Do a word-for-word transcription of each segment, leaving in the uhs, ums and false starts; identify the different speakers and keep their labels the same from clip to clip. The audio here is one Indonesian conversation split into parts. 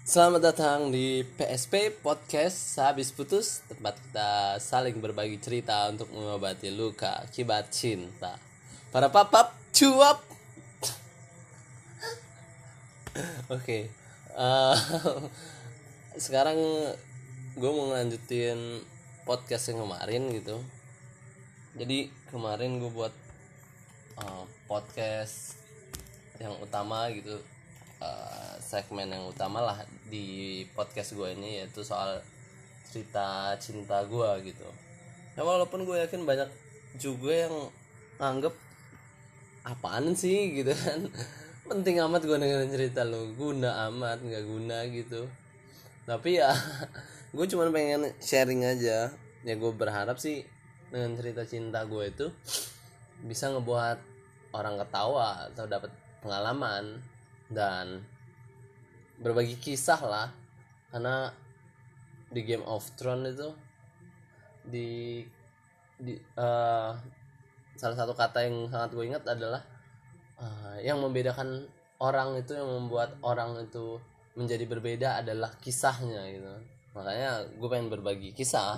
Speaker 1: Selamat datang di P S P Podcast Sehabis Putus, tempat kita saling berbagi cerita untuk mengobati luka akibat cinta. Para papap, cuap. Oke, eh, sekarang gue mau ngelanjutin podcast yang kemarin gitu. Jadi kemarin gue buat eh, podcast yang utama gitu, uh, segmen yang utama lah di podcast gue ini, yaitu soal cerita cinta gue gitu. Ya walaupun gue yakin banyak juga yang anggap apaan sih gitu kan, penting amat gue dengerin cerita lo, guna amat nggak guna gitu. Tapi ya gue cuma pengen sharing aja. Ya gue berharap sih dengan cerita cinta gue itu bisa ngebuat orang ketawa atau dapat pengalaman dan berbagi kisah lah. Karena di Game of Thrones itu di, di uh, salah satu kata yang sangat gue ingat adalah uh, yang membedakan orang itu, yang membuat orang itu menjadi berbeda adalah kisahnya gitu. Makanya gue pengen berbagi kisah.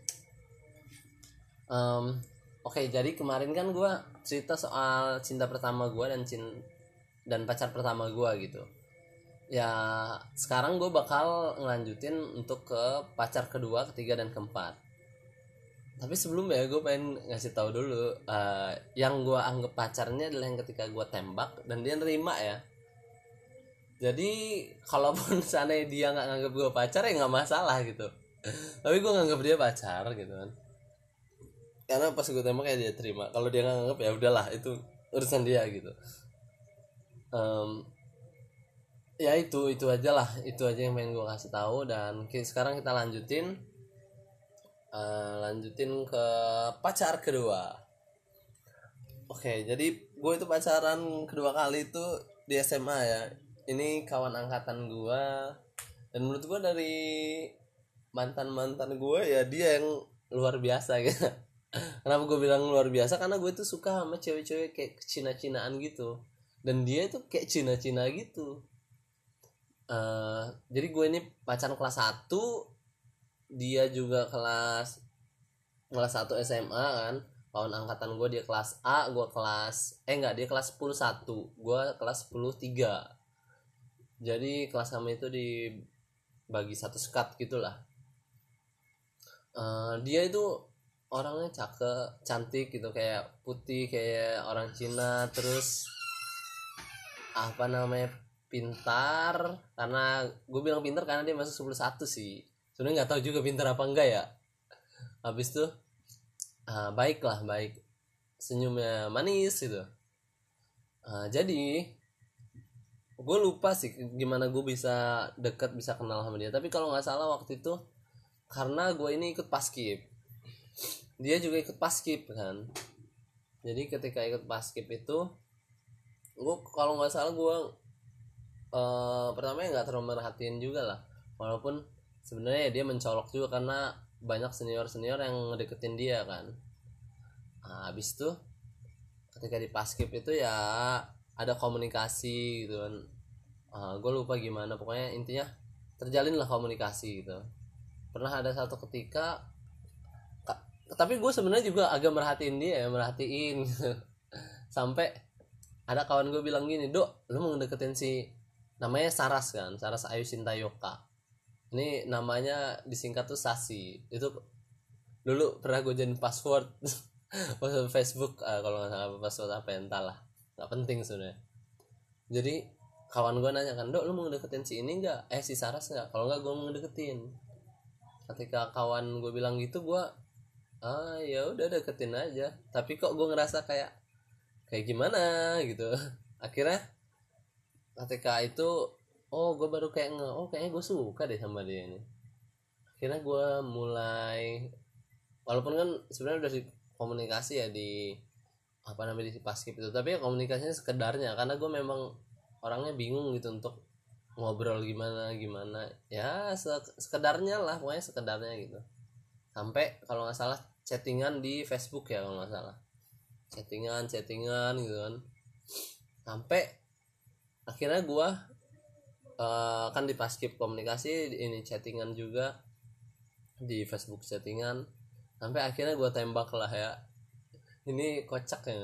Speaker 1: um, Oke, okay, jadi kemarin kan gue cerita soal cinta pertama gue dan cin dan pacar pertama gue gitu. Ya sekarang gue bakal ngelanjutin untuk ke pacar kedua, ketiga, dan keempat. Tapi sebelumnya gue pengen ngasih tahu dulu, uh, yang gue anggap pacarnya adalah yang ketika gue tembak dan dia nerima ya. Jadi kalaupun sana dia nggak nganggap gue pacar ya nggak masalah gitu. Tapi gue nganggap dia pacar gitu kan. Karena pas gue tembak ya dia terima. Kalau dia nggak nganggap ya udahlah, itu urusan dia gitu. Um, ya itu itu aja lah, itu aja yang pengen gue kasih tahu. Dan sekarang kita lanjutin uh, lanjutin ke pacar kedua. Oke, jadi gue itu pacaran kedua kali itu di S M A ya. Ini kawan angkatan gue, dan menurut gue dari mantan mantan gue ya dia yang luar biasa gitu. Kenapa gue bilang luar biasa? Karena gue tuh suka sama cewek-cewek kayak Cina-Cinaan gitu, dan dia itu kayak Cina-Cina gitu. Uh, jadi gue ini pacaran kelas satu, dia juga kelas kelas satu S M A kan. Kawan angkatan gue dia kelas A, gue kelas eh enggak, dia kelas sepuluh satu, gue kelas sepuluh tiga. Jadi kelas kami itu dibagi satu sekat gitulah. Uh, dia itu orangnya cakep, cantik gitu, kayak putih kayak orang Cina, terus apa namanya, pintar. Karena gue bilang pintar karena dia masuk sepuluh satu sih, sebenarnya nggak tahu juga pintar apa enggak ya. Habis tuh uh, baik lah, baik, senyumnya manis gitu. Uh, jadi gue lupa sih gimana gue bisa deket, bisa kenal sama dia. Tapi kalau nggak salah waktu itu karena gue ini ikut paskib, dia juga ikut paskib kan. Jadi ketika ikut paskib itu gue kalau nggak salah gue uh, pertama ya nggak terlalu merhatiin juga lah, walaupun sebenarnya dia mencolok juga karena banyak senior senior yang ngedeketin dia kan. Nah, habis itu ketika di paskib itu ya ada komunikasi gitu kan. Uh, gue lupa gimana, pokoknya intinya terjalinlah komunikasi gitu. Pernah ada satu ketika, tapi gue sebenarnya juga agak merhatiin dia ya, merhatiin gitu. Sampai ada kawan gue bilang gini, Dok, lu mau ngedeketin si, namanya Saras kan, Saras Ayu Sintayoka. Ini namanya disingkat tuh Sasi. Itu dulu pernah gue jadi password password Facebook, uh, kalau nggak salah password apa entahlah, nggak penting sebenarnya. Jadi kawan gue nanya kan, Dok, lu mau ngedeketin si ini nggak, eh si Saras nggak? Kalau nggak gue mau ngedeketin. Ketika kawan gue bilang gitu, gue ah ya udah deketin aja. Tapi kok gue ngerasa kayak kayak gimana gitu. Akhirnya ketika itu, oh gue baru kayak nge oh kayaknya gue suka deh sama dia ini. Akhirnya gue mulai, walaupun kan sebenarnya udah di komunikasi ya di apa namanya di paskib itu, tapi ya komunikasinya sekedarnya karena gue memang orangnya bingung gitu untuk ngobrol gimana gimana ya, sekedarnya lah, pokoknya sekedarnya gitu. Sampai kalau nggak salah chattingan di Facebook ya, kalau nggak salah chattingan chattingan gitu kan. Sampai akhirnya gue uh, kan di paskib komunikasi ini chattingan juga di Facebook chattingan sampai akhirnya gue tembak lah ya. Ini kocak ya.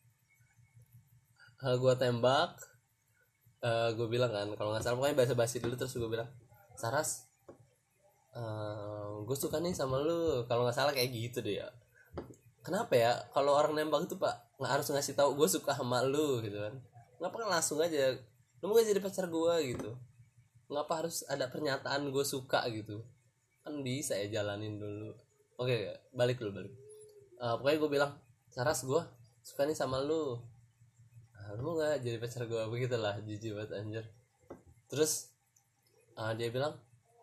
Speaker 1: Uh, gue tembak, uh, gue bilang kan kalau nggak salah pokoknya basa-basi dulu, terus gue bilang, Saras, uh, gue suka nih sama lu, kalau nggak salah kayak gitu deh ya. Kenapa ya kalau orang nembak itu pak nggak harus ngasih tahu gue suka sama lu gitu kan? Ngapa kan langsung aja, lu mau gak jadi pacar gue gitu? Ngapa harus ada pernyataan gue suka gitu? Kan bisa ya jalanin dulu. Oke, balik dulu balik. Uh, pokoknya gue bilang, Saras, gue suka nih sama lu. Nah, lu mau gak jadi pacar gue? Begitulah, jijik banget anjir. Terus uh, dia bilang,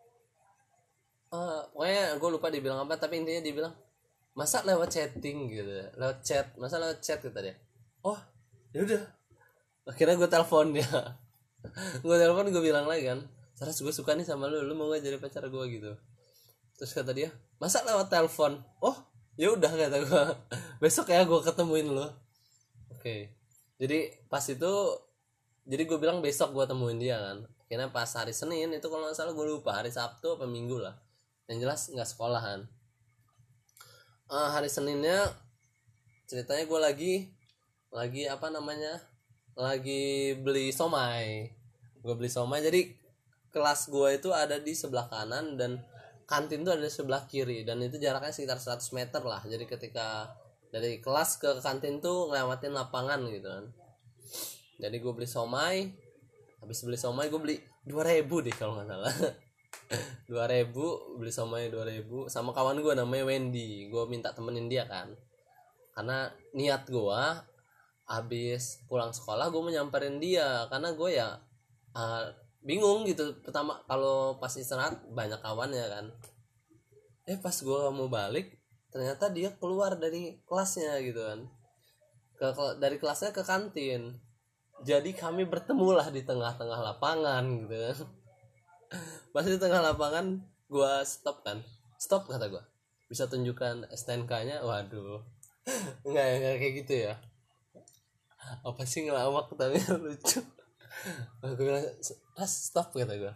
Speaker 1: uh, pokoknya gue lupa dia bilang apa, tapi intinya dia bilang, masa lewat chatting gitu, lewat chat, masa lewat chat kata dia. Oh, ya udah. Akhirnya gue telepon dia. gue telepon gue bilang lagi kan, Saras, gue suka nih sama lu, lu mau gak jadi pacar gue gitu? Terus kata dia, masa lewat telepon? Oh, ya udah kata gue. Besok ya gue ketemuin lu. Oke. Okay. Jadi pas itu, jadi gue bilang besok gue temuin dia kan. Akhirnya pas hari Senin itu kalau nggak salah gue lupa hari Sabtu apa Minggu lah. Yang jelas nggak sekolahan. Uh, hari Seninnya ceritanya gue lagi lagi apa namanya? Lagi beli somai. Gue beli somai, jadi kelas gue itu ada di sebelah kanan dan kantin itu ada di sebelah kiri, dan itu jaraknya sekitar seratus meter lah. Jadi ketika dari kelas ke kantin tuh ngelewatin lapangan gitu kan. Jadi gue beli somai, habis beli somai gue beli dua ribu deh kalau nggak salah. dua ribu beli somai dua ribu sama kawan gue namanya Wendy. Gue minta temenin dia kan, karena niat gue habis pulang sekolah gue mau nyamperin dia, karena gue ya uh, bingung gitu. Pertama kalau pas istirahat banyak kawannya kan, eh pas gue mau balik ternyata dia keluar dari kelasnya gitu kan, ke, ke dari kelasnya ke kantin. Jadi kami bertemulah di tengah-tengah lapangan gitu kan. Pas di tengah lapangan gue stop kan, stop kata gue, bisa tunjukkan S T N K-nya. Waduh, enggak ya, enggak kayak gitu ya. Apa sih ngelawak tapi lucu. Gue bilang, stop kata gue.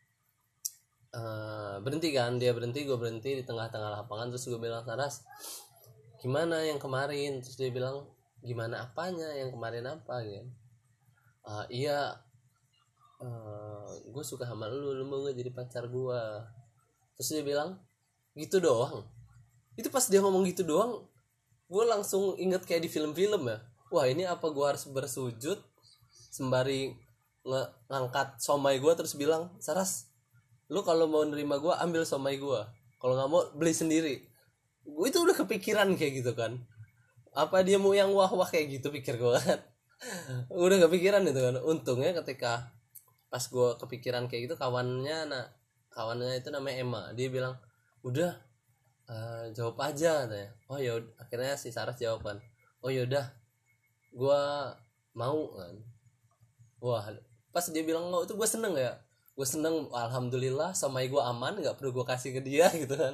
Speaker 1: Uh, berhenti kan, dia berhenti, gue berhenti di tengah-tengah lapangan. Terus gue bilang, Saras, gimana yang kemarin? Terus dia bilang, gimana apanya? Yang kemarin apa gitu? Uh, iya, uh, gue suka sama lu, lu mau gak jadi pacar gue? Terus dia bilang, gitu doang. Itu pas dia ngomong gitu doang, gue langsung inget kayak di film-film ya. Wah, ini apa gue harus bersujud sembari ng- ngangkat somai gue terus bilang, Saras, lu kalau mau nerima gue ambil somai gue, kalau nggak mau beli sendiri. Gue itu udah kepikiran kayak gitu kan, apa dia mau yang wah wah kayak gitu, pikir gue kan. Udah kepikiran itu kan. Untungnya ketika pas gue kepikiran kayak gitu, kawannya nah kawannya itu namanya Emma, dia bilang udah uh, jawab aja katanya. Oh ya, akhirnya si Saras jawab kan, oh yaudah gue mau kan. Wah, pas dia bilang mau itu gue seneng ya. Gue seneng, alhamdulillah somai gue aman, nggak perlu gue kasih ke dia gitu kan.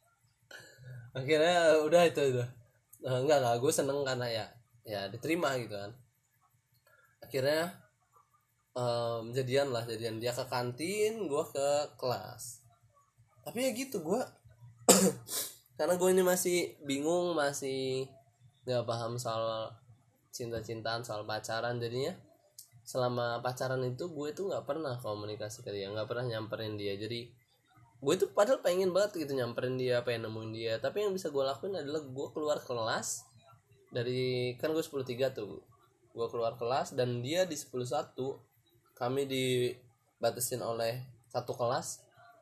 Speaker 1: Akhirnya udah itu itu uh, enggak lah, gue seneng karena ya ya diterima gitu kan. Akhirnya um, jadian lah jadian dia ke kantin, gue ke kelas. Tapi ya gitu gue karena gue ini masih bingung, masih nggak paham soal cinta-cintaan, soal pacaran. Jadinya selama pacaran itu gue tuh nggak pernah komunikasi ke dia, nggak pernah nyamperin dia. Jadi gue tuh padahal pengen banget gitu nyamperin dia, pengen nemuin dia, tapi yang bisa gue lakuin adalah gue keluar kelas dari, kan gue sepuluh tiga tuh, gue keluar kelas dan dia di sepuluh satu, kami dibatasin oleh satu kelas.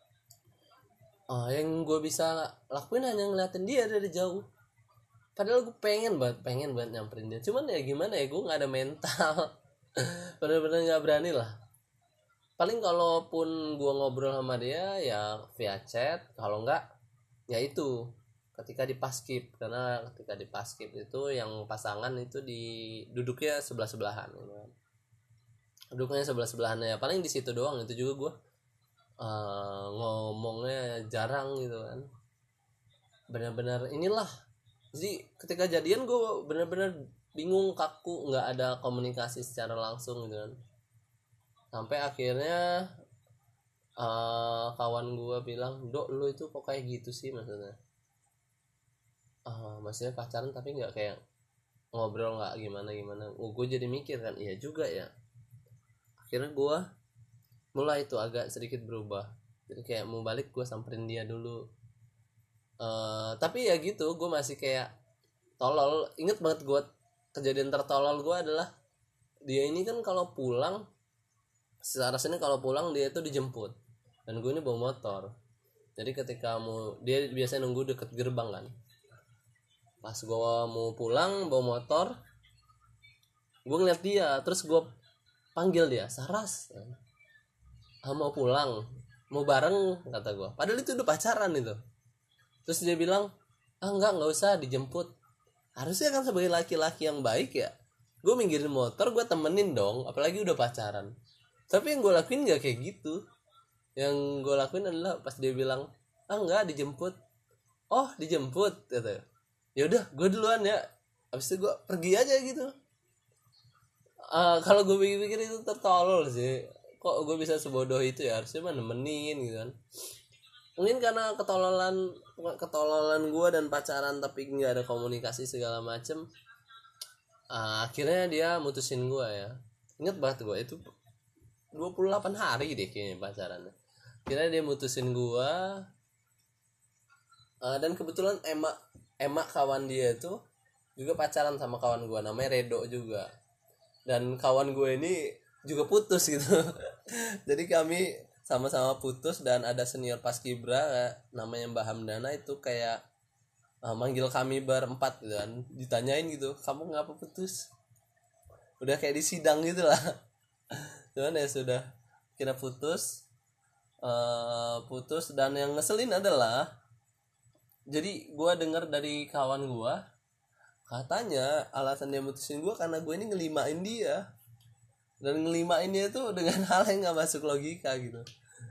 Speaker 1: Uh, yang gue bisa lakuin hanya ngeliatin dia dari jauh. Padahal gue pengen banget, pengen banget nyamperin dia. Cuman ya gimana ya, gue nggak ada mental. Bener-bener nggak berani lah. Paling kalaupun gue ngobrol sama dia ya via chat. Kalau nggak, ya itu ketika di paskib. Karena ketika di paskib itu yang pasangan itu di duduknya sebelah sebelahan. Gitu. Duduknya sebelah sebelahan ya. Paling di situ doang. Itu juga gue uh, ngomongnya jarang gitu kan. Benar-benar inilah. Jadi ketika jadian gue benar-benar bingung, kaku, nggak ada komunikasi secara langsung gitu kan. Sampai akhirnya uh, kawan gue bilang, dok lu itu kok kayak gitu sih maksudnya, uh, maksudnya pacaran tapi nggak kayak ngobrol nggak gimana gimana. Oh, gue jadi mikir kan, iya juga ya. Akhirnya gue mulai itu agak sedikit berubah, jadi kayak mau balik gue samperin dia dulu. Uh, tapi ya gitu, gue masih kayak tolol. Ingat banget gue, kejadian tertolol gue adalah dia ini kan kalau pulang, secara sini kalau pulang dia itu dijemput, dan gue ini bawa motor. Jadi ketika mau, dia biasanya nunggu deket gerbang kan. Pas gue mau pulang bawa motor, gue ngeliat dia, terus gue panggil dia, Saras, ah, mau pulang, mau bareng, kata gue. Padahal itu udah pacaran itu. Terus dia bilang, ah enggak, nggak usah dijemput. Harusnya kan sebagai laki-laki yang baik ya, gue minggirin motor, gue temenin dong, apalagi udah pacaran. Tapi yang gue lakuin nggak kayak gitu. Yang gue lakuin adalah pas dia bilang, ah enggak, dijemput. Oh dijemput, kata. Ya udah, gue duluan ya. Habis itu gue pergi aja gitu. Uh, kalau gue pikir-pikir itu tertolol sih. Kok gue bisa sebodoh itu ya, harusnya mah nemenin gitu kan. Mungkin karena ketololan ketololan gue dan pacaran tapi nggak ada komunikasi segala macem, uh, akhirnya dia mutusin gue ya. Ingat banget gue itu dua puluh delapan hari deh kayaknya pacarannya. Akhirnya dia mutusin gue, uh, dan kebetulan emak emak kawan dia itu juga pacaran sama kawan gue, namanya Redo juga. Dan kawan gue ini juga putus gitu. Jadi kami sama-sama putus, dan ada senior paskibra namanya Mbak Hamdana itu kayak uh, manggil kami berempat gitu kan, ditanyain gitu, kamu ngapa putus? Udah kayak di sidang gitu lah. Cuman ya sudah, kira putus, uh, putus dan yang ngeselin adalah, jadi gue dengar dari kawan gue, katanya alasan dia mutusin gue karena gue ini ngelimain dia. Dan ngelimain dia tuh dengan hal yang gak masuk logika gitu.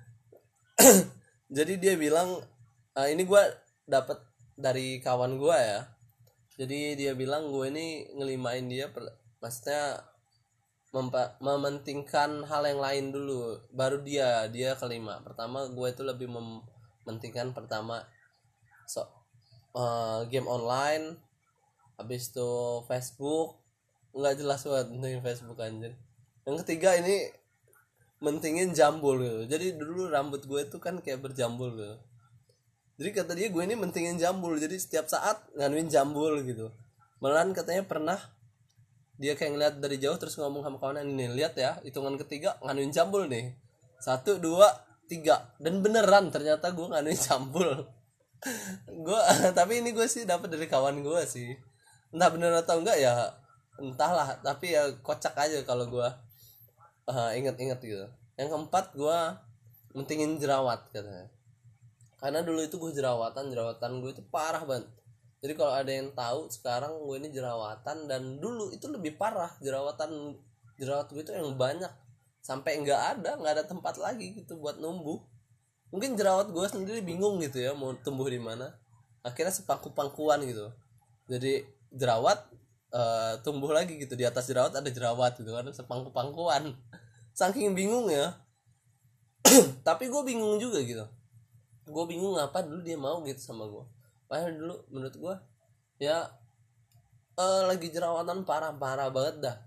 Speaker 1: Jadi dia bilang, ah, ini gue dapet dari kawan gue ya. Jadi dia bilang gue ini ngelimain dia, maksudnya mempa- mementingkan hal yang lain dulu, baru dia dia kelima. Pertama gue itu lebih mementingkan pertama so uh, game online, habis itu Facebook, nggak jelas banget tentang Facebook anjir. Yang ketiga ini mentingin jambul gitu. Jadi dulu rambut gue itu kan kayak berjambul gitu. Jadi kata dia gue ini mentingin jambul, jadi setiap saat nganuin jambul gitu. Malahan katanya pernah dia kayak ngeliat dari jauh terus ngomong sama kawannya, ini lihat ya, hitungan ketiga nganuin jambul nih, satu dua tiga, dan beneran ternyata gue nganuin jambul. Gue tapi ini gue sih dapat dari kawan gue sih, entah bener atau enggak ya entahlah, tapi ya kocak aja kalau gue uh, inget-inget gitu. Yang keempat gue mentingin jerawat katanya, karena dulu itu gue jerawatan jerawatan gue itu parah banget. Jadi kalau ada yang tahu sekarang gue ini jerawatan, dan dulu itu lebih parah jerawatan jerawat gue itu yang banyak sampai nggak ada nggak ada tempat lagi gitu buat numbuh. Mungkin jerawat gue sendiri bingung gitu ya mau tumbuh di mana, akhirnya sepangku-pangkuan gitu. Jadi jerawat uh, tumbuh lagi gitu, di atas jerawat ada jerawat gitu kan, sepangku-pangkuan. Saking bingung ya. Tapi gue bingung juga gitu, gue bingung ngapa dulu dia mau gitu sama gue. Padahal dulu menurut gue ya uh, lagi jerawatan parah-parah banget dah.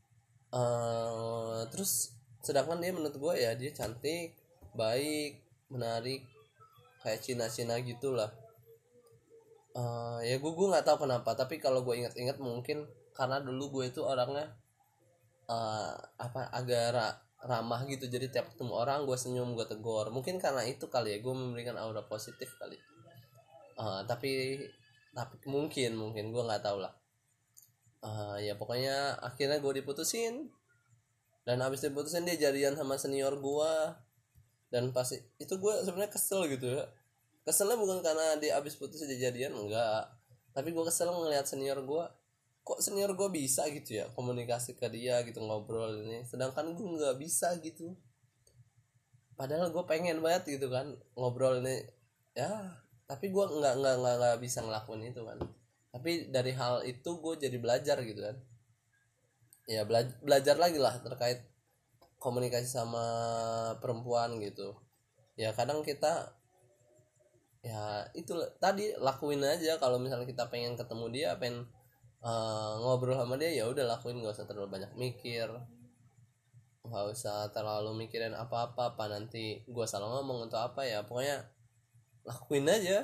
Speaker 1: Uh, terus sedangkan dia menurut gue ya dia cantik, baik, menarik, kayak Cina-Cina gitulah. Uh, ya gue gue nggak tahu kenapa, tapi kalau gue ingat-ingat mungkin karena dulu gue itu orangnya uh, apa agak ra- ramah gitu. Jadi tiap ketemu orang gue senyum, gue tegur. Mungkin karena itu kali ya, gue memberikan aura positif kali. Uh, tapi tapi mungkin mungkin gue nggak tahu lah. Uh, ya pokoknya akhirnya gue diputusin, dan habis diputusin dia jadian sama senior gue. Dan pasti itu gue sebenarnya kesel gitu ya. Keselnya bukan karena dia habis putus dia jadian, enggak, tapi gue kesel ngelihat senior gue, kok senior gue bisa gitu ya komunikasi ke dia gitu, ngobrol ini, sedangkan gue nggak bisa gitu. Padahal gue pengen banget gitu kan ngobrol ini ya, tapi gue nggak nggak nggak nggak bisa ngelakuin itu kan. Tapi dari hal itu gue jadi belajar gitu kan, ya bela- belajar lagi lah terkait komunikasi sama perempuan gitu. ya kadang kita ya itu tadi lakuin aja. Kalau misalnya kita pengen ketemu dia, pengen uh, ngobrol sama dia, ya udah lakuin, nggak usah terlalu banyak mikir, nggak usah terlalu mikirin apa-apa apa nanti gue salah ngomong untuk apa, ya pokoknya lakuin aja.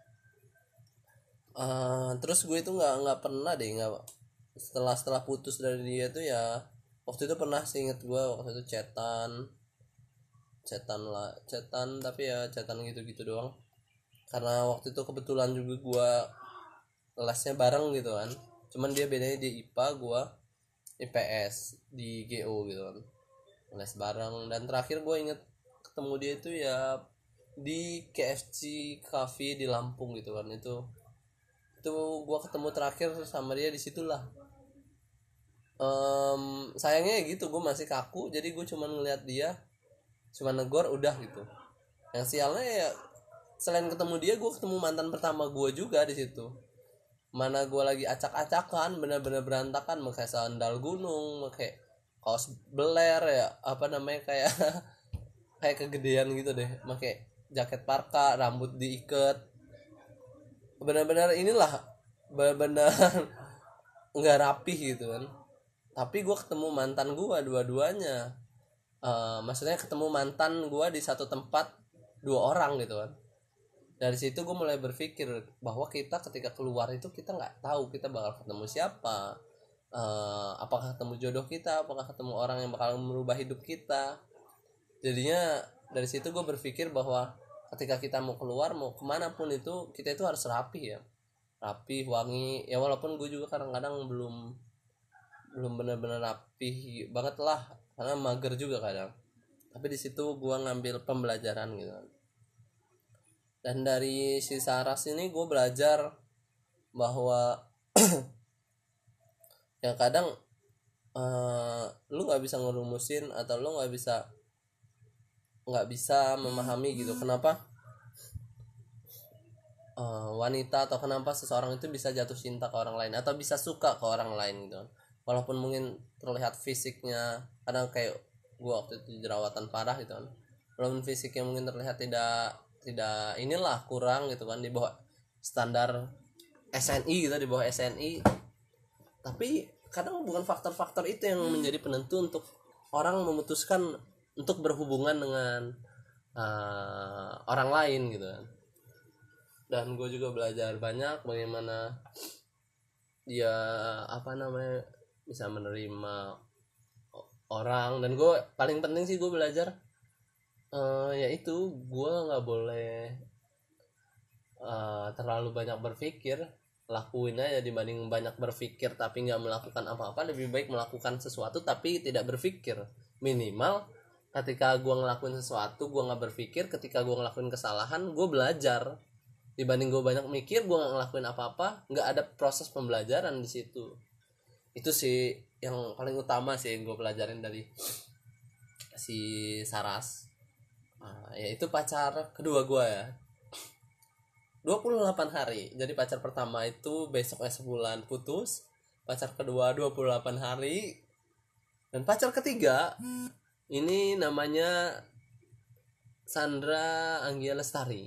Speaker 1: Uh, terus gue itu nggak nggak pernah deh nggak setelah setelah putus dari dia tuh ya, waktu itu pernah seinget gue waktu itu chatan chatan lah chatan tapi ya chatan gitu-gitu doang, karena waktu itu kebetulan juga gue lesnya bareng gitu kan, cuman dia bedanya di I P A, gue I P S di G O gitu kan, les bareng. Dan terakhir gue inget ketemu dia itu ya di K F C Cafe di Lampung gitu kan. Itu itu gue ketemu terakhir sama dia di situlah. Um, sayangnya gitu gue masih kaku, jadi gue cuma ngeliat dia, cuma negor udah gitu. Yang sialnya ya selain ketemu dia, gue ketemu mantan pertama gue juga di situ. Mana gue lagi acak-acakan, bener-bener berantakan, pakai sandal gunung, pakai kaos beler ya, apa namanya kayak kayak kegedean gitu deh, pakai jaket parka, rambut diikat, benar-benar inilah, benar-benar nggak rapih gitu kan. Tapi gue ketemu mantan gue dua-duanya, uh, maksudnya ketemu mantan gue di satu tempat dua orang gitu kan. Dari situ gue mulai berpikir bahwa kita ketika keluar itu kita nggak tahu kita bakal ketemu siapa, uh, apakah ketemu jodoh kita, apakah ketemu orang yang bakal merubah hidup kita. Jadinya dari situ gue berpikir bahwa ketika kita mau keluar mau kemana pun itu kita itu harus rapi ya, rapi, wangi ya. Walaupun gue juga kadang-kadang belum belum benar-benar rapi banget lah, karena mager juga kadang. Tapi di situ gue ngambil pembelajaran gitu. Dan dari si Saras ini gue belajar bahwa ya kadang uh, lu nggak bisa ngerumusin atau lu nggak bisa nggak bisa memahami gitu kenapa uh, wanita atau kenapa seseorang itu bisa jatuh cinta ke orang lain atau bisa suka ke orang lain gitu. Walaupun mungkin terlihat fisiknya kadang kayak gue waktu itu jerawatan parah gitu kan, walaupun fisiknya mungkin terlihat tidak tidak inilah kurang gitu kan, di bawah standar S N I gitu, di bawah S N I, tapi kadang bukan faktor-faktor itu yang menjadi penentu untuk orang memutuskan untuk berhubungan dengan uh, orang lain gitu kan. Dan gue juga belajar banyak bagaimana dia apa namanya bisa menerima orang. Dan gue paling penting sih gue belajar uh, yaitu gue nggak boleh uh, terlalu banyak berpikir, lakuin aja dibanding banyak berpikir tapi nggak melakukan apa-apa. Lebih baik melakukan sesuatu tapi tidak berpikir. Minimal ketika gue ngelakuin sesuatu gue nggak berpikir, ketika gue ngelakuin kesalahan gue belajar, dibanding gue banyak mikir gue nggak ngelakuin apa-apa, nggak ada proses pembelajaran di situ. Itu sih yang paling utama sih yang gue pelajarin dari si Saras. Nah, yaitu pacar kedua gue ya, dua puluh delapan hari. Jadi pacar pertama itu besoknya sebulan putus, pacar kedua dua puluh delapan hari, dan pacar ketiga ini namanya Sandra Anggia Lestari.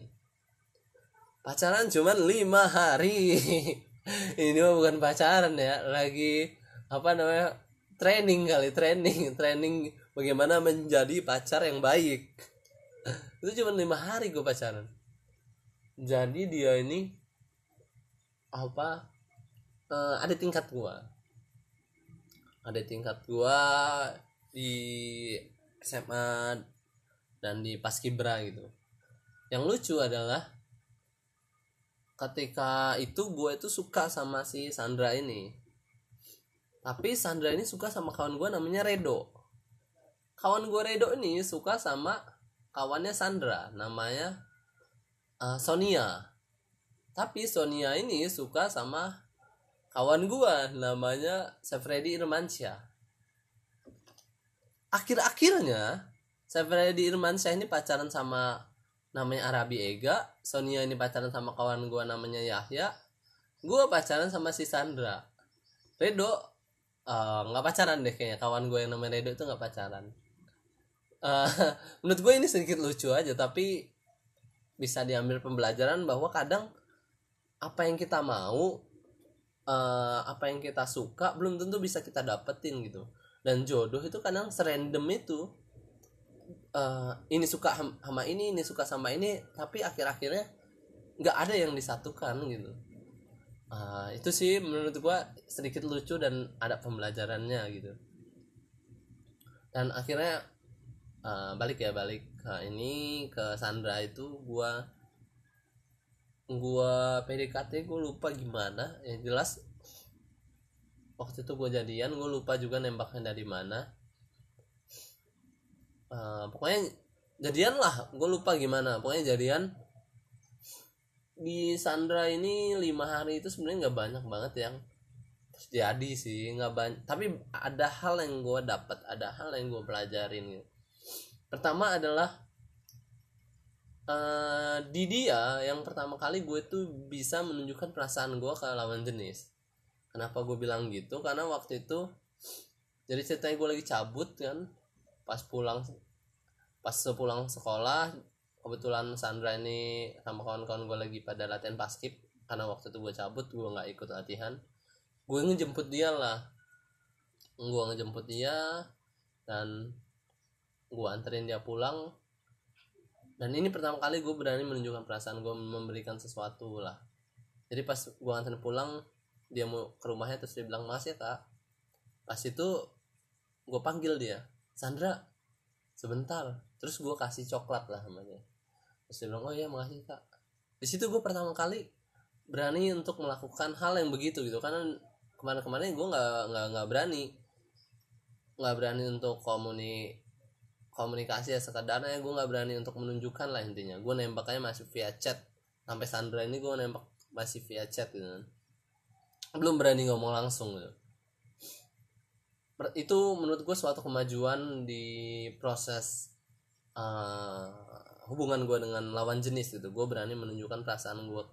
Speaker 1: Pacaran cuman lima hari. Ini mah bukan pacaran ya, lagi apa namanya training kali, training training bagaimana menjadi pacar yang baik. Itu cuma lima hari gue pacaran. Jadi dia ini apa uh, ada tingkat gue, ada tingkat gue di S M A dan di Paskibra gitu. Yang lucu adalah ketika itu gue itu suka sama si Sandra ini, tapi Sandra ini suka sama kawan gue namanya Redo. Kawan gue Redo ini suka sama kawannya Sandra namanya uh, Sonia. Tapi Sonia ini suka sama kawan gue namanya Sefredi Irmansyah. Akhir-akhirnya Sefredi Irmansyah ini pacaran sama namanya Arabi Ega, Sonia ini pacaran sama kawan gue namanya Yahya, gue pacaran sama si Sandra. Redo nggak uh, pacaran deh kayaknya, kawan gue yang namanya Redo itu nggak pacaran. uh, menurut gue ini sedikit lucu aja, tapi bisa diambil pembelajaran bahwa kadang apa yang kita mau, uh, apa yang kita suka belum tentu bisa kita dapetin gitu. Dan jodoh itu kadang serandom itu, uh, ini suka sama ini, ini suka sama ini, tapi akhir-akhirnya nggak ada yang disatukan gitu. Uh, itu sih menurut gua sedikit lucu dan ada pembelajarannya gitu. Dan akhirnya uh, balik ya balik ke ini, ke Sandra itu gua gua P D K T gua lupa gimana, yang jelas waktu itu gua jadian, gua lupa juga nembaknya dari mana. Uh, pokoknya jadian lah, gua lupa gimana, pokoknya jadian. Di Sandra ini lima hari itu sebenarnya nggak banyak banget yang terjadi sih, nggak banyak, tapi ada hal yang gue dapat, ada hal yang gue pelajarin gitu. Pertama adalah uh, di dia yang pertama kali gue tuh bisa menunjukkan perasaan gue ke lawan jenis. Kenapa gue bilang gitu? Karena waktu itu jadi ceritanya gue lagi cabut kan, pas pulang pas sepulang sekolah, kebetulan Sandra ini sama kawan-kawan gue lagi pada latihan basket, karena waktu itu gue cabut, gue nggak ikut latihan. Gue ngejemput dia lah, gue ngejemput dia dan gue anterin dia pulang. Dan ini pertama kali gue berani menunjukkan perasaan gue, memberikan sesuatu lah. Jadi pas gue anterin pulang, dia mau ke rumahnya, terus dia bilang, "Mas ya kak." Pas itu gue panggil dia, "Sandra, sebentar." Terus gue kasih coklat lah sama dia. Terus dia bilang, "Oh iya makasih kak." Di situ gue pertama kali berani untuk melakukan hal yang begitu gitu, karena kemarin-kemarin gue nggak nggak nggak berani nggak berani untuk komuni komunikasi ya, sekedarnya gue nggak berani untuk menunjukkan lah, intinya gue nembaknya masih via chat. Sampai Sandra ini gue nembak masih via chat gitu kan, belum berani ngomong langsung gitu. Itu menurut gue suatu kemajuan di proses uh, hubungan gue dengan lawan jenis gitu. Gue berani menunjukkan perasaan gue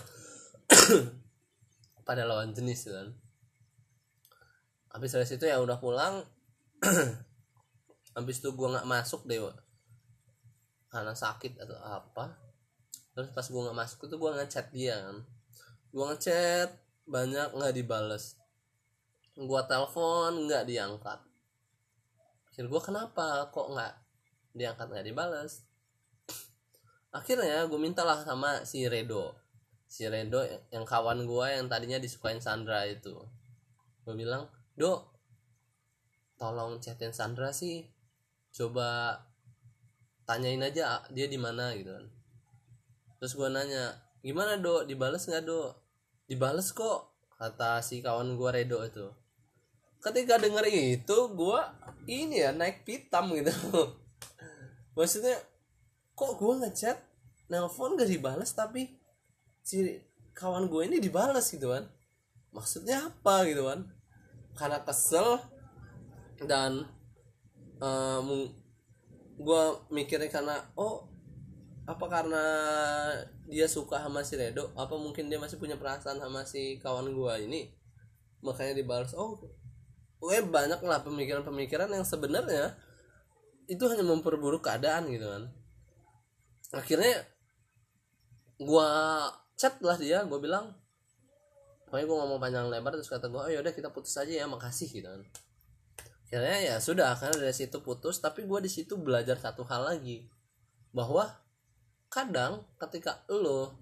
Speaker 1: pada lawan jenis kan. Habis dari situ ya udah pulang. Habis itu gue nggak masuk deh karena sakit atau apa. Terus pas gue nggak masuk itu gue ngechat dia kan. Gue ngechat banyak nggak dibales. Gue telepon nggak diangkat. Akhirnya gue kenapa kok nggak diangkat, nggak dibales. Akhirnya gue mintalah sama si Redo si Redo yang kawan gue yang tadinya disukain Sandra itu. Gue bilang, "Dok, tolong chatin Sandra sih, coba tanyain aja dia di mana gitu kan." Terus gue nanya, "Gimana Dok, dibales nggak Dok?" "Dibales kok," kata si kawan gue Redo itu. Ketika denger itu gue ini ya naik pitam gitu. Maksudnya kok gue ngechat, nelpon gak dibales, tapi si kawan gue ini dibales gitu kan. Maksudnya apa gitu kan. Karena kesel dan uh, gue mikirnya karena oh apa karena dia suka sama si Redo, apa mungkin dia masih punya perasaan sama si kawan gue ini, makanya dibales. Oh gue banyak lah pemikiran-pemikiran yang sebenarnya itu hanya memperburuk keadaan gitu kan. Akhirnya gue chat lah dia, gue bilang, pokoknya gue ngomong panjang lebar. Terus kata gue, "Oh yaudah kita putus aja ya, makasih," gitu kan. Akhirnya ya sudah, karena dari situ putus. Tapi gue di situ belajar satu hal lagi, bahwa kadang ketika lo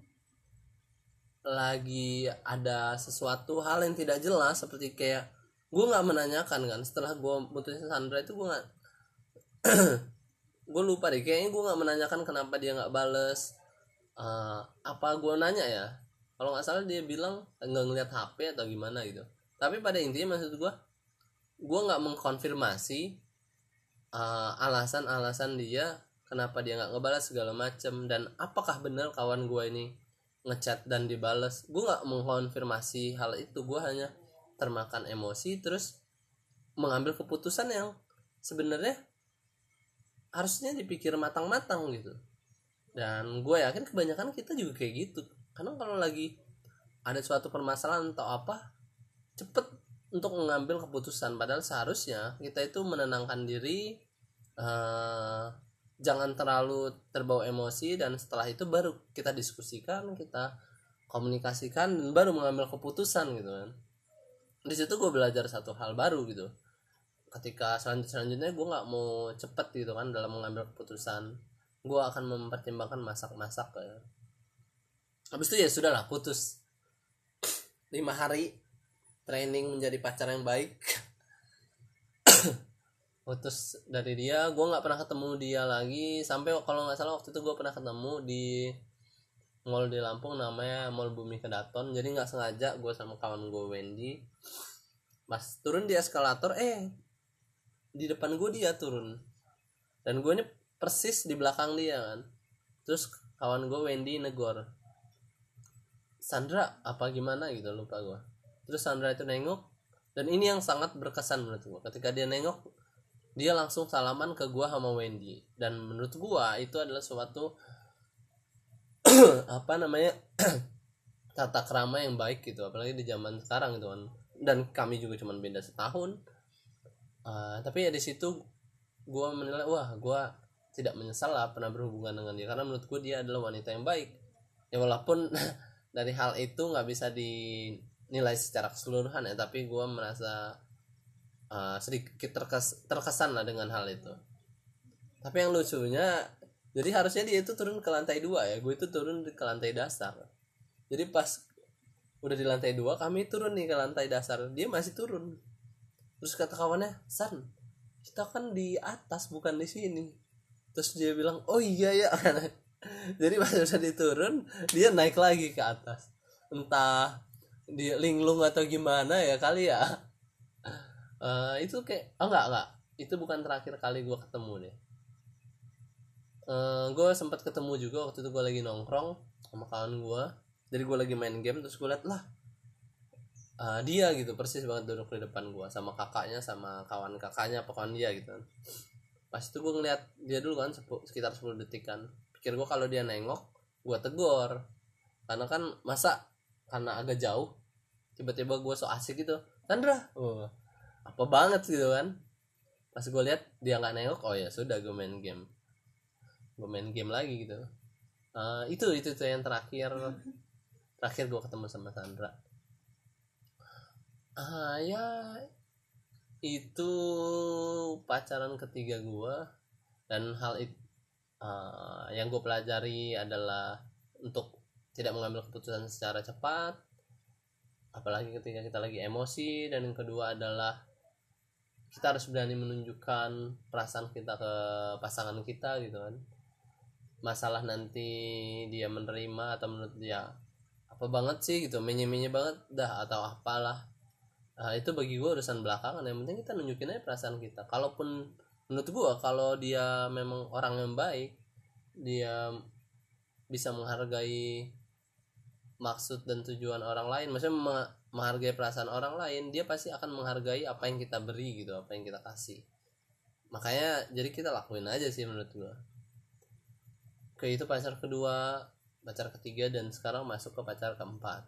Speaker 1: lagi ada sesuatu hal yang tidak jelas, seperti kayak gue nggak menanyakan kan, setelah gue putusin Sandra itu gue nggak gue lupa deh, kayaknya gue nggak menanyakan kenapa dia nggak bales. Uh, apa gue nanya ya, kalau nggak salah dia bilang nggak ngeliat H P atau gimana gitu. Tapi pada intinya maksud gue gue nggak mengkonfirmasi uh, alasan-alasan dia kenapa dia nggak ngebalas segala macem, dan apakah benar kawan gue ini ngechat dan dibales. Gue nggak mengkonfirmasi hal itu, gue hanya termakan emosi terus mengambil keputusan yang sebenarnya harusnya dipikir matang-matang gitu. Dan gue yakin kebanyakan kita juga kayak gitu. Karena kalau lagi ada suatu permasalahan atau apa, cepet untuk mengambil keputusan. Padahal seharusnya kita itu menenangkan diri, uh, jangan terlalu terbawa emosi, dan setelah itu baru kita diskusikan, kita komunikasikan, dan baru mengambil keputusan gitu kan. Di situ gue belajar satu hal baru gitu. Ketika selanjut selanjutnya gue nggak mau cepet gitu kan dalam mengambil keputusan, gue akan mempertimbangkan masak-masak ya. Habis itu ya sudahlah, putus. Lima hari training menjadi pacar yang baik. Putus dari dia, gue nggak pernah ketemu dia lagi sampai kalau nggak salah waktu itu gue pernah ketemu di mall di Lampung namanya Mall Bumi Kedaton. Jadi nggak sengaja gue sama kawan gue Wendy pas turun di eskalator, eh di depan gue dia turun dan gue ini persis di belakang dia kan. Terus kawan gue Wendy negor, Sandra apa gimana gitu, lupa gue. Terus Sandra itu nengok, dan ini yang sangat berkesan menurut gue. Ketika dia nengok, dia langsung salaman ke gue sama Wendy, dan menurut gue itu adalah suatu apa namanya tata krama yang baik gitu, apalagi di zaman sekarang gitu kan. Dan kami juga cuma beda setahun, uh, tapi ya di situ gue menilai, wah gue tidak menyesal lah pernah berhubungan dengan dia, karena menurut gue dia adalah wanita yang baik. Ya walaupun dari hal itu nggak bisa dinilai secara keseluruhan ya, tapi gue merasa uh, sedikit terkes, terkesan lah dengan hal itu. Tapi yang lucunya, jadi harusnya dia itu turun ke lantai dua ya, gue itu turun ke lantai dasar. Jadi pas udah di lantai dua, kami turun nih ke lantai dasar, dia masih turun. Terus kata kawannya, San, kita kan di atas bukan di sini. Terus dia bilang, oh iya ya. Jadi pas udah diturun, dia naik lagi ke atas. Entah dia linglung atau gimana ya kali ya. Uh, itu kayak, oh enggak enggak, itu bukan terakhir kali gue ketemu deh. Uh, gue sempat ketemu juga waktu itu, gue lagi nongkrong sama kawan gue. Jadi gue lagi main game, terus gue liat lah uh, dia gitu persis banget duduk di depan gue sama kakaknya, sama kawan kakaknya apa kawan dia gitu kan. Pas itu gue ngeliat dia dulu kan sekitar sepuluh detik kan. Pikir gue kalau dia nengok gue tegur, karena kan masa karena agak jauh tiba-tiba gue so asik gitu, Sandra, oh, apa banget gitu kan. Pas gue lihat dia nggak nengok, oh ya sudah, gue main game gue main game lagi gitu. Uh, itu itu tuh yang terakhir terakhir gue ketemu sama Sandra. Ah uh, ya itu pacaran ketiga gue, dan hal itu uh, yang gue pelajari adalah untuk tidak mengambil keputusan secara cepat, apalagi ketika kita lagi emosi. Dan yang kedua adalah kita harus berani menunjukkan perasaan kita ke pasangan kita gitu kan. Masalah nanti dia menerima atau menurut dia apa banget sih gitu, menye-menye banget dah atau apalah, nah, itu bagi gue urusan belakangan. Yang penting kita nunjukin aja perasaan kita. Kalaupun menurut gue kalau dia memang orang yang baik, dia bisa menghargai maksud dan tujuan orang lain, maksudnya menghargai perasaan orang lain, dia pasti akan menghargai apa yang kita beri gitu, apa yang kita kasih. Makanya jadi kita lakuin aja sih menurut gue. Oke, itu pacar kedua, pacar ketiga, dan sekarang masuk ke pacar keempat.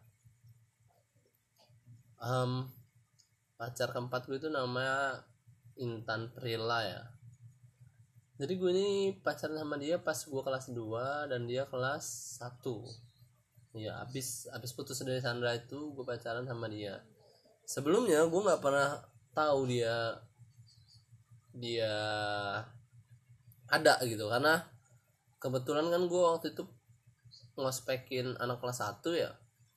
Speaker 1: um, Pacar keempat gue itu namanya Intan Prila ya. Jadi gue ini pacaran sama dia pas gue kelas dua dan dia kelas satu. Ya abis, abis putus dari Sandra itu gue pacaran sama dia. Sebelumnya gue gak pernah tahu dia Dia ada gitu, karena kebetulan kan gue waktu itu ngospekin anak kelas satu ya.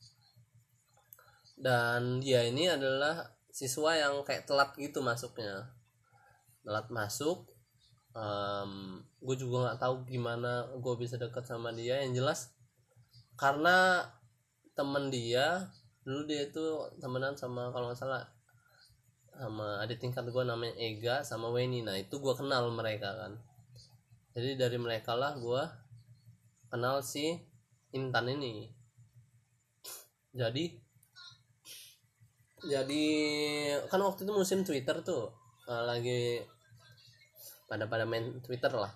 Speaker 1: Dan dia ini adalah siswa yang kayak telat gitu masuknya, telat masuk. um, gue juga nggak tahu gimana gue bisa deket sama dia. Yang jelas karena temen dia dulu, dia itu temenan sama, kalau nggak salah sama adik tingkat gue namanya Ega sama Weni. Nah itu gue kenal mereka kan. Jadi dari mereka lah gue kenal si Intan ini. Jadi Jadi kan waktu itu musim Twitter tuh, uh, lagi pada pada main Twitter lah.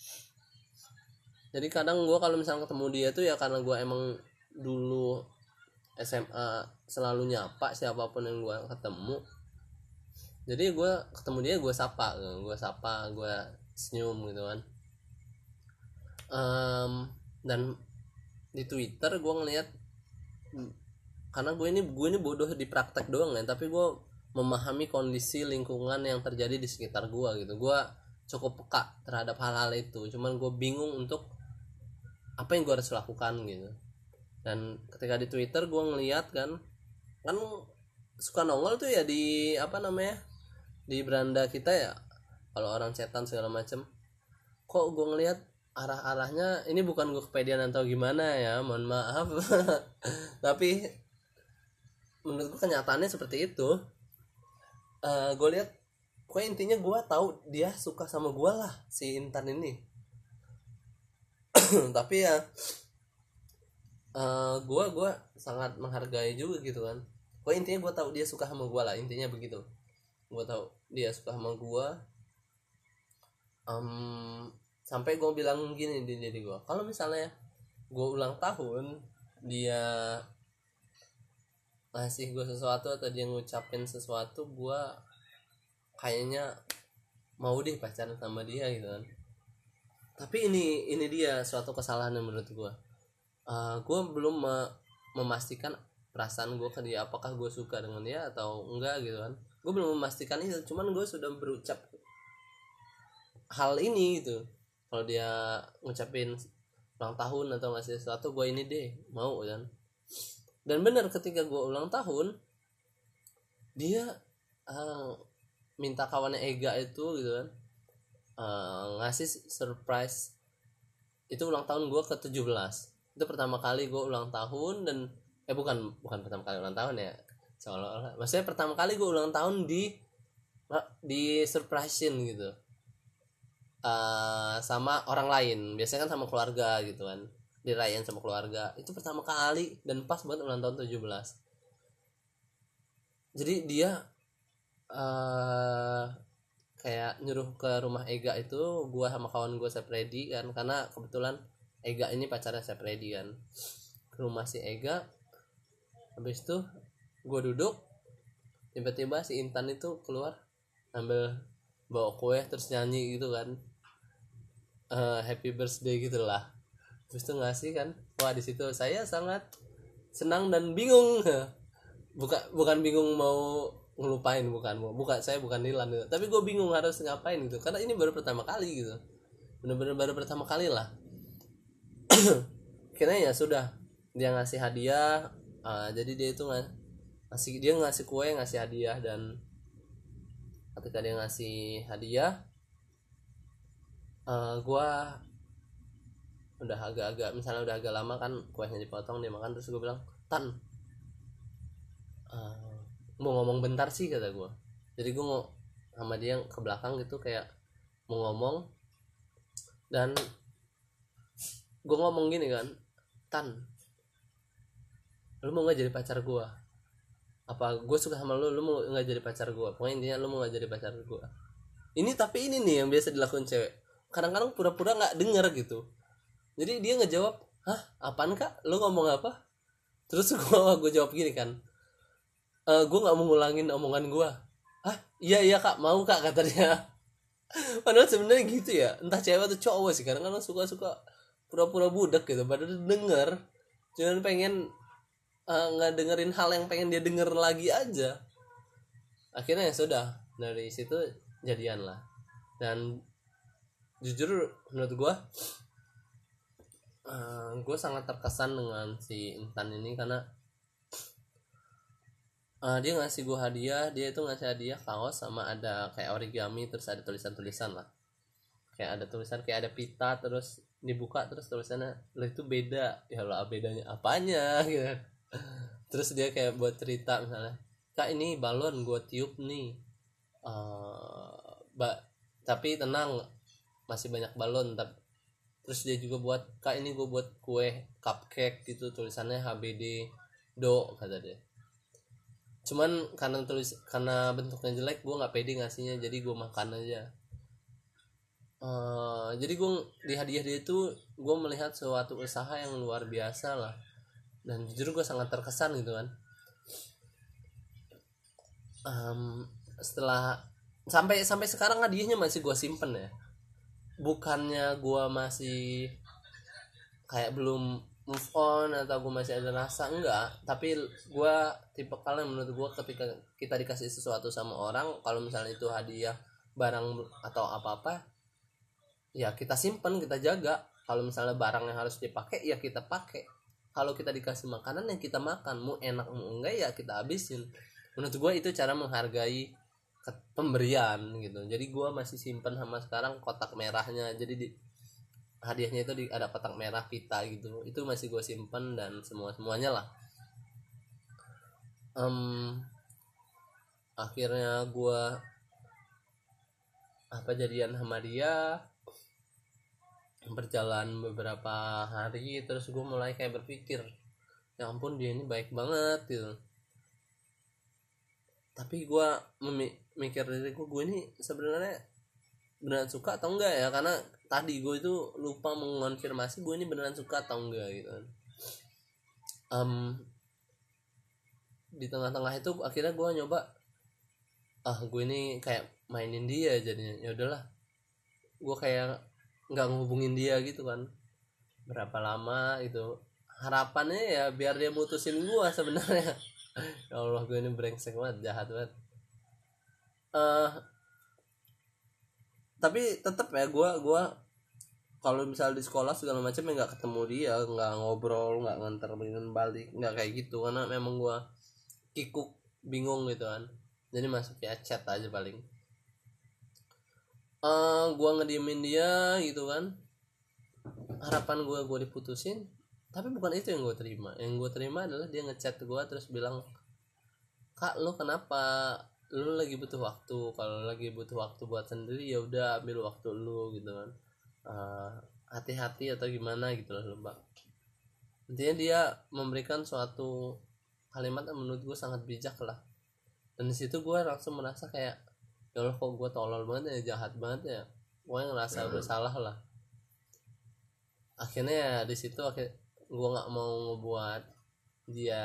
Speaker 1: Jadi kadang gue kalau misalnya ketemu dia tuh ya karena gue emang dulu S M A selalu nyapa siapapun yang gue ketemu. Jadi gue ketemu dia gue sapa, gue sapa, gue senyum gitu kan. um, dan di Twitter gue ngeliat, karena gue ini gue ini bodoh di praktek doang ya, tapi gue memahami kondisi lingkungan yang terjadi di sekitar gue gitu. Gue cukup peka terhadap hal-hal itu, cuman gue bingung untuk apa yang gue harus lakukan gitu. Dan ketika di Twitter gue ngeliat kan kan suka nongol tuh ya di apa namanya, di beranda kita ya, kalau orang chatan segala macem. Kok gue ngeliat arah-arahnya ini, bukan gue kepedean atau gimana ya, mohon maaf tapi menurut gue kenyataannya seperti itu. uh, gue lihat gue intinya gue tahu dia suka sama gue lah, si Intan ini tapi ya uh, gue gue sangat menghargai juga gitu kan. Gue intinya gue tahu dia suka sama gue lah, intinya begitu. Gue tahu dia suka sama gue. um, sampai gue bilang gini di diri gue, kalau misalnya gue ulang tahun dia ngasih gue sesuatu atau dia ngucapin sesuatu, gue kayaknya mau deh pacaran sama dia gitu kan. Tapi ini ini dia suatu kesalahan yang menurut gue. uh, gue belum me- memastikan perasaan gue ke dia, apakah gue suka dengan dia atau enggak gitu kan. Gue belum memastikan itu, cuman gue sudah berucap hal ini gitu. Kalau dia ngucapin ulang tahun atau ngasih sesuatu, gue ini deh mau kan. Dan benar ketika gue ulang tahun, dia uh, minta kawannya Ega itu gitu kan, uh, ngasih surprise. Itu ulang tahun gue ke tujuh belas. Itu pertama kali gue ulang tahun. Dan eh bukan bukan pertama kali ulang tahun ya, seolah-olah maksudnya pertama kali gue ulang tahun di di surprisein gitu. Uh, sama orang lain, biasanya kan sama keluarga gitu kan, dirayain sama keluarga. Itu pertama kali dan pas banget ulang tahun tujuh belas. Jadi dia uh, kayak nyuruh ke rumah Ega itu, gua sama kawan gua Sepredi kan, karena kebetulan Ega ini pacarnya Sepredi kan. Ke rumah si Ega, habis itu gua duduk, tiba-tiba si Intan itu keluar ambil bawa kue terus nyanyi gitu kan, uh, happy birthday gitulah. Terus tuh ngasih kan, wah di situ saya sangat senang dan bingung. bukan bukan bingung mau ngelupain, bukan bukan saya bukan Nilan gitu. Tapi gue bingung harus ngapain gitu, karena ini baru pertama kali gitu, bener-bener baru pertama kali lah. Akhirnya ya sudah, dia ngasih hadiah. Uh, jadi dia itu ngasih dia ngasih kue, ngasih hadiah. Dan ketika dia ngasih hadiah, uh, gue udah agak-agak misalnya udah agak lama kan kuenya dipotong, dia makan. Terus gue bilang, Tan, uh, mau ngomong bentar sih, kata gue. Jadi gue mau sama dia ke belakang gitu, kayak mau ngomong. Dan gue ngomong gini kan, Tan, lu mau gak jadi pacar gue? Apa gue suka sama lu, lu mau gak jadi pacar gue? Pokoknya intinya lu mau gak jadi pacar gue. Ini tapi ini nih yang biasa dilakukan cewek, kadang-kadang pura-pura gak denger gitu. Jadi dia ngejawab, hah apaan kak, lu ngomong apa? Terus gue gue jawab gini kan, e, gue gak mau ngulangin omongan gue. Hah iya iya kak, mau kak, kata dia. Padahal sebenarnya gitu ya, entah cewek atau cowok sih, kadang-kadang suka-suka pura-pura budak gitu, padahal denger, cuman pengen uh, nggak dengerin hal yang pengen dia denger lagi aja. Akhirnya ya sudah, dari situ jadian lah. Dan jujur menurut gue, uh, gue sangat terkesan dengan si Intan ini, karena uh, dia ngasih gue hadiah. Dia itu ngasih hadiah kaos sama ada kayak origami, terus ada tulisan-tulisan lah, kayak ada tulisan, kayak ada pita, terus dibuka terus tulisannya lo itu beda. Ya Allah, bedanya apanya gitu. Terus dia kayak buat cerita, misalnya, kak ini balon gue tiup nih, uh, ba- tapi tenang masih banyak balon. Tapi terus dia juga buat, kak ini gue buat kue cupcake gitu, tulisannya H B D do, kata dia. Cuman karena tulis karena bentuknya jelek, gue nggak pede ngasihnya, jadi gue makan aja. Uh, jadi gue di hadiah dia itu gue melihat suatu usaha yang luar biasa lah. Dan jujur gue sangat terkesan gitu kan. Um, setelah sampai sampai sekarang hadiahnya masih gue simpen ya. bukannya gue masih kayak belum move on atau gue masih ada rasa, enggak, tapi gue tipe kalian menurut gue ketika kita dikasih sesuatu sama orang, kalau misalnya itu hadiah, barang atau apa-apa, ya kita simpen, kita jaga. Kalau misalnya barang yang harus dipakai ya kita pakai, kalau kita dikasih makanan yang kita makan, mau enak mau enggak ya kita habisin. Menurut gue itu cara menghargai pemberian gitu. Jadi gue masih simpen sama sekarang kotak merahnya, jadi di hadiahnya itu di, ada kotak merah pita gitu, itu masih gue simpen dan semua semuanya lah. um, akhirnya gue apa jadian sama dia, berjalan beberapa hari, terus gue mulai kayak berpikir, ya ampun dia ini baik banget gitu. Tapi gue memikir diri gue, gue ini sebenarnya beneran suka atau enggak ya, karena tadi gue itu lupa mengonfirmasi gue ini beneran suka atau enggak gitu kan. Um, di tengah-tengah itu akhirnya gue nyoba, ah gue ini kayak mainin dia jadinya. Ya udahlah, gue kayak nggak ngehubungin dia gitu kan. Berapa lama itu harapannya ya biar dia mutusin gue sebenarnya. Ya Allah, gue ini brengsek banget, jahat banget. Uh, tapi tetap ya gue gue kalau misal di sekolah segala macam ya nggak ketemu dia, nggak ngobrol, nggak nganterin balik, nggak kayak gitu, karena memang gue kikuk bingung gitu kan. Jadi masuk ya chat aja paling. Uh, gue ngediemin dia gitu kan. Harapan gue gue diputusin, tapi bukan itu yang gue terima. Yang gue terima adalah dia ngechat gue terus bilang, kak lo kenapa, lu lagi butuh waktu, kalau lagi butuh waktu buat sendiri ya udah ambil waktu lu gitu kan. Uh, hati-hati atau gimana gitu loh mbak. Intinya dia memberikan suatu kalimat yang menurut gue sangat bijak lah, dan disitu gue langsung merasa kayak, ya Allah kok gue tolol banget ya, jahat banget ya, gue ngerasa bersalah lah. Akhirnya ya disitu akhir gue nggak mau ngebuat dia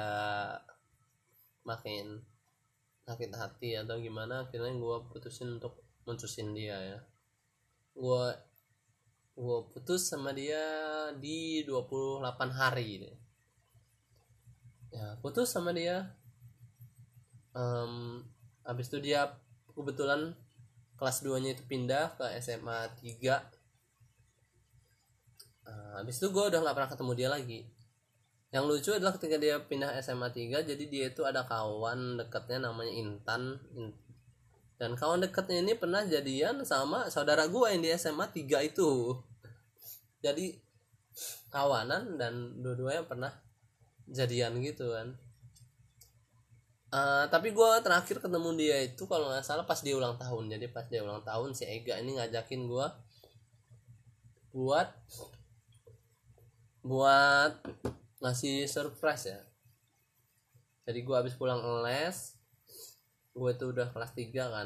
Speaker 1: makin sakit hati atau gimana. Akhirnya gue putusin untuk mutusin dia ya. Gue gue putus sama dia di dua puluh delapan hari deh. Ya putus sama dia. Um, habis itu dia kebetulan kelas dua nya itu pindah ke S M A tiga. Uh, habis itu gue udah gak pernah ketemu dia lagi. Yang lucu adalah ketika dia pindah S M A tiga, jadi dia itu ada kawan dekatnya namanya Intan. Dan kawan dekatnya ini pernah jadian sama saudara gue yang di S M A tiga itu. Jadi kawanan dan dua-duanya pernah jadian gitu kan. Uh, tapi gue terakhir ketemu dia itu kalau nggak salah pas dia ulang tahun. Jadi pas dia ulang tahun si Ega ini ngajakin gue buat buat ngasih surprise ya. Jadi gue habis pulang les, gue tuh udah kelas tiga kan.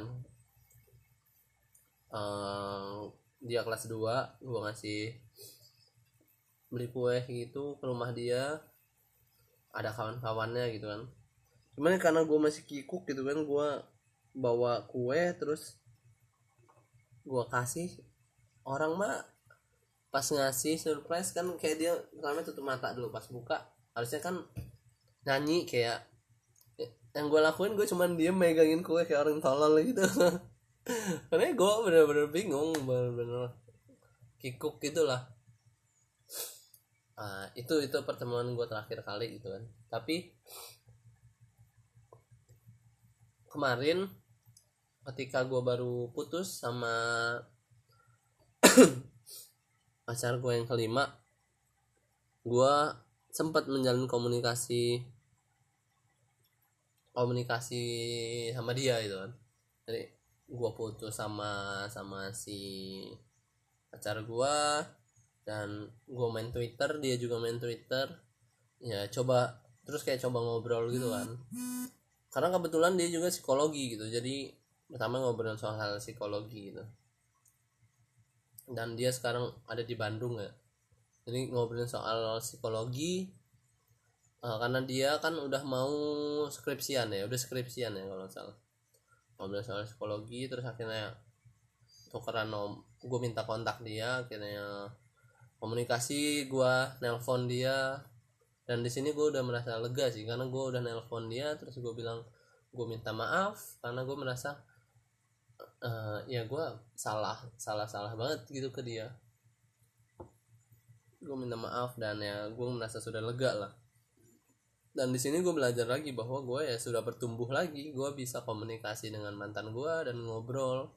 Speaker 1: Uh, dia kelas dua, gue ngasih beli kue gitu ke rumah dia. Ada kawan-kawannya gitu kan. Cuman karena gue masih kikuk gitu kan, gue bawa kue terus gue kasih. Orang mah pas ngasih surprise kan kayak dia pertama tutup mata dulu, pas buka harusnya kan nyanyi kayak. Yang gue lakuin gue cuman diem megangin kue kayak orang tolol gitu. Karena gue bener-bener bingung, bener-bener kikuk gitulah. Uh, itu itu pertemuan gue terakhir kali gitu kan. Tapi kemarin ketika gue baru putus sama pacar gue yang kelima, gue sempat menjalin komunikasi komunikasi sama dia gitu kan. Jadi gue putus sama sama si pacar gue, dan gue main Twitter, dia juga main Twitter. Ya coba terus kayak coba ngobrol gitu kan. Karena kebetulan dia juga psikologi gitu, jadi pertama ngobrol soal hal psikologi gitu. Dan dia sekarang ada di Bandung ya, jadi ngobrolin soal psikologi. Uh, karena dia kan udah mau skripsian ya, udah skripsian ya kalau salah. Ngobrol soal psikologi, terus akhirnya tukeran nom gue minta kontak dia, akhirnya komunikasi, gue nelpon dia. Dan di sini gue udah merasa lega sih, karena gue udah nelpon dia, terus gue bilang gue minta maaf karena gue merasa uh, ya gue salah salah salah banget gitu ke dia. Gue minta maaf dan ya gue merasa sudah lega lah. Dan di sini gue belajar lagi bahwa gue ya sudah bertumbuh lagi, gue bisa komunikasi dengan mantan gue dan ngobrol.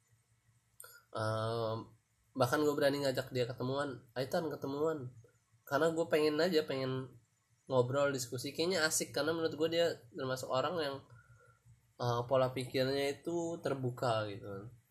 Speaker 1: Uh, bahkan gue berani ngajak dia ketemuan, Aitan ketemuan, karena gue pengen aja pengen ngobrol, diskusi, kayaknya asik, karena menurut gue dia termasuk orang yang uh, pola pikirnya itu terbuka gitu.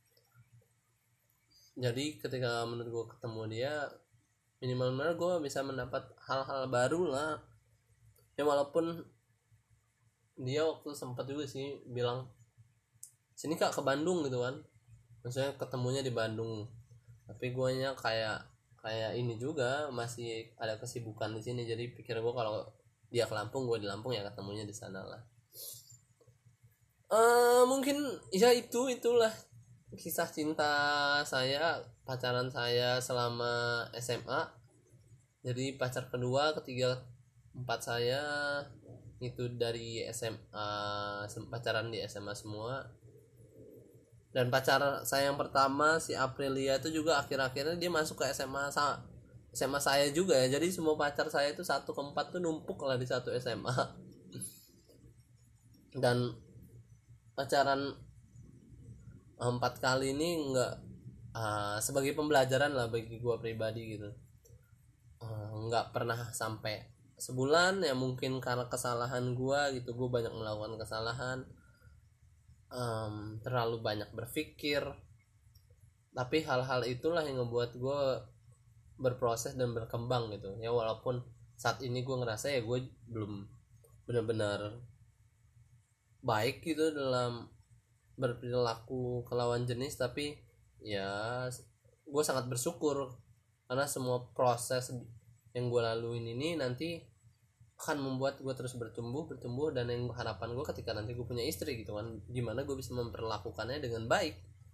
Speaker 1: Jadi ketika menurut gue ketemu dia, minimal-minimal gue bisa mendapat hal-hal baru lah ya, walaupun dia waktu sempat juga sih bilang sini kak ke Bandung gitu kan, maksudnya ketemunya di Bandung, tapi guanya kayak kayak ini juga masih ada kesibukan di sini, jadi pikir gue kalau dia ke Lampung, gue di Lampung, ya ketemunya di sana lah. Uh, mungkin ya itu itulah kisah cinta saya, pacaran saya selama S M A. Jadi pacar kedua, ketiga, empat saya itu dari S M A, pacaran di S M A semua. Dan pacar saya yang pertama si Aprilia itu juga akhir-akhirnya dia masuk ke S M A S M A saya juga ya. Jadi semua pacar saya itu satu ke empat tuh numpuk lah di satu S M A. Dan pacaran empat kali ini enggak uh, sebagai pembelajaran lah bagi gue pribadi gitu. Uh, enggak pernah sampai sebulan ya, mungkin karena kesalahan gue gitu, gue banyak melakukan kesalahan. Um, terlalu banyak berpikir, tapi hal-hal itulah yang ngebuat gue berproses dan berkembang gitu ya. Walaupun saat ini gue ngerasa ya gue belum benar-benar baik gitu dalam berperilaku ke lawan jenis, tapi ya gue sangat bersyukur karena semua proses yang gue laluin ini nanti akan membuat gue terus bertumbuh bertumbuh dan yang harapan gue ketika nanti gue punya istri gitu kan, gimana gue bisa memperlakukannya dengan baik,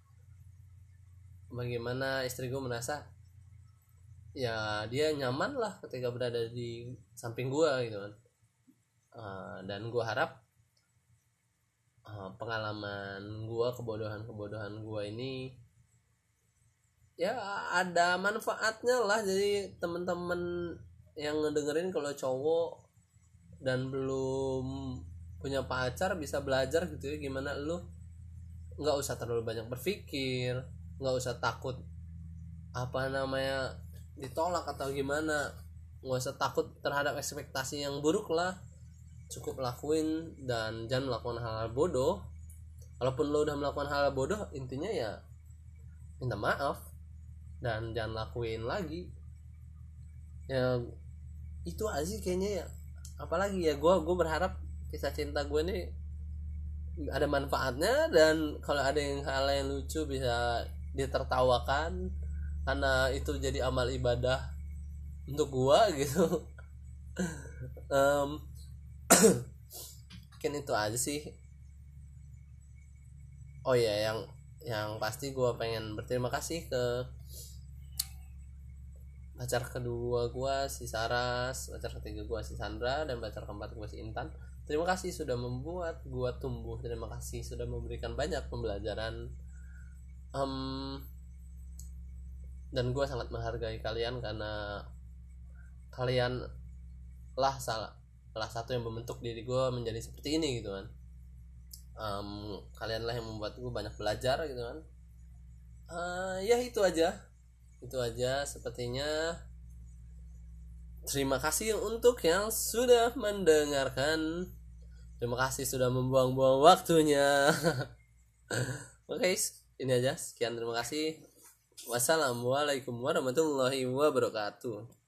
Speaker 1: bagaimana istri gue merasa ya dia nyaman lah ketika berada di samping gue gitu kan. Uh, dan gue harap uh, pengalaman gue, kebodohan-kebodohan gue ini ya ada manfaatnya lah. Jadi temen-temen yang ngedengerin kalau cowok dan belum punya pacar bisa belajar gitu ya, gimana lu nggak usah terlalu banyak berpikir, nggak usah takut apa namanya ditolak atau gimana, nggak usah takut terhadap ekspektasi yang buruk lah, cukup lakuin dan jangan melakukan hal-hal bodoh. Walaupun lu udah melakukan hal bodoh, intinya ya minta maaf dan jangan lakuin lagi ya. Itu aja sih kayaknya ya. Apalagi ya, gue gue berharap kisah cinta gue ini ada manfaatnya, dan kalau ada yang hal yang lucu bisa ditertawakan karena itu jadi amal ibadah untuk gue gitu. um, mungkin itu aja sih. Oh ya, yang yang pasti gue pengen berterima kasih ke pacar kedua gue si Saras, pacar ketiga gue si Sandra, dan pacar keempat gue si Intan. Terima kasih sudah membuat gue tumbuh, terima kasih sudah memberikan banyak pembelajaran, um, dan gue sangat menghargai kalian karena kalian lah salah salah satu yang membentuk diri gue menjadi seperti ini gitu kan. Um, kalian lah yang membuat gue banyak belajar gitu kan. Uh, ya itu aja. Itu aja sepertinya. Terima kasih untuk yang sudah mendengarkan. Terima kasih sudah membuang-buang waktunya. Oke, ini aja. Sekian, terima kasih. Wassalamualaikum warahmatullahi wabarakatuh.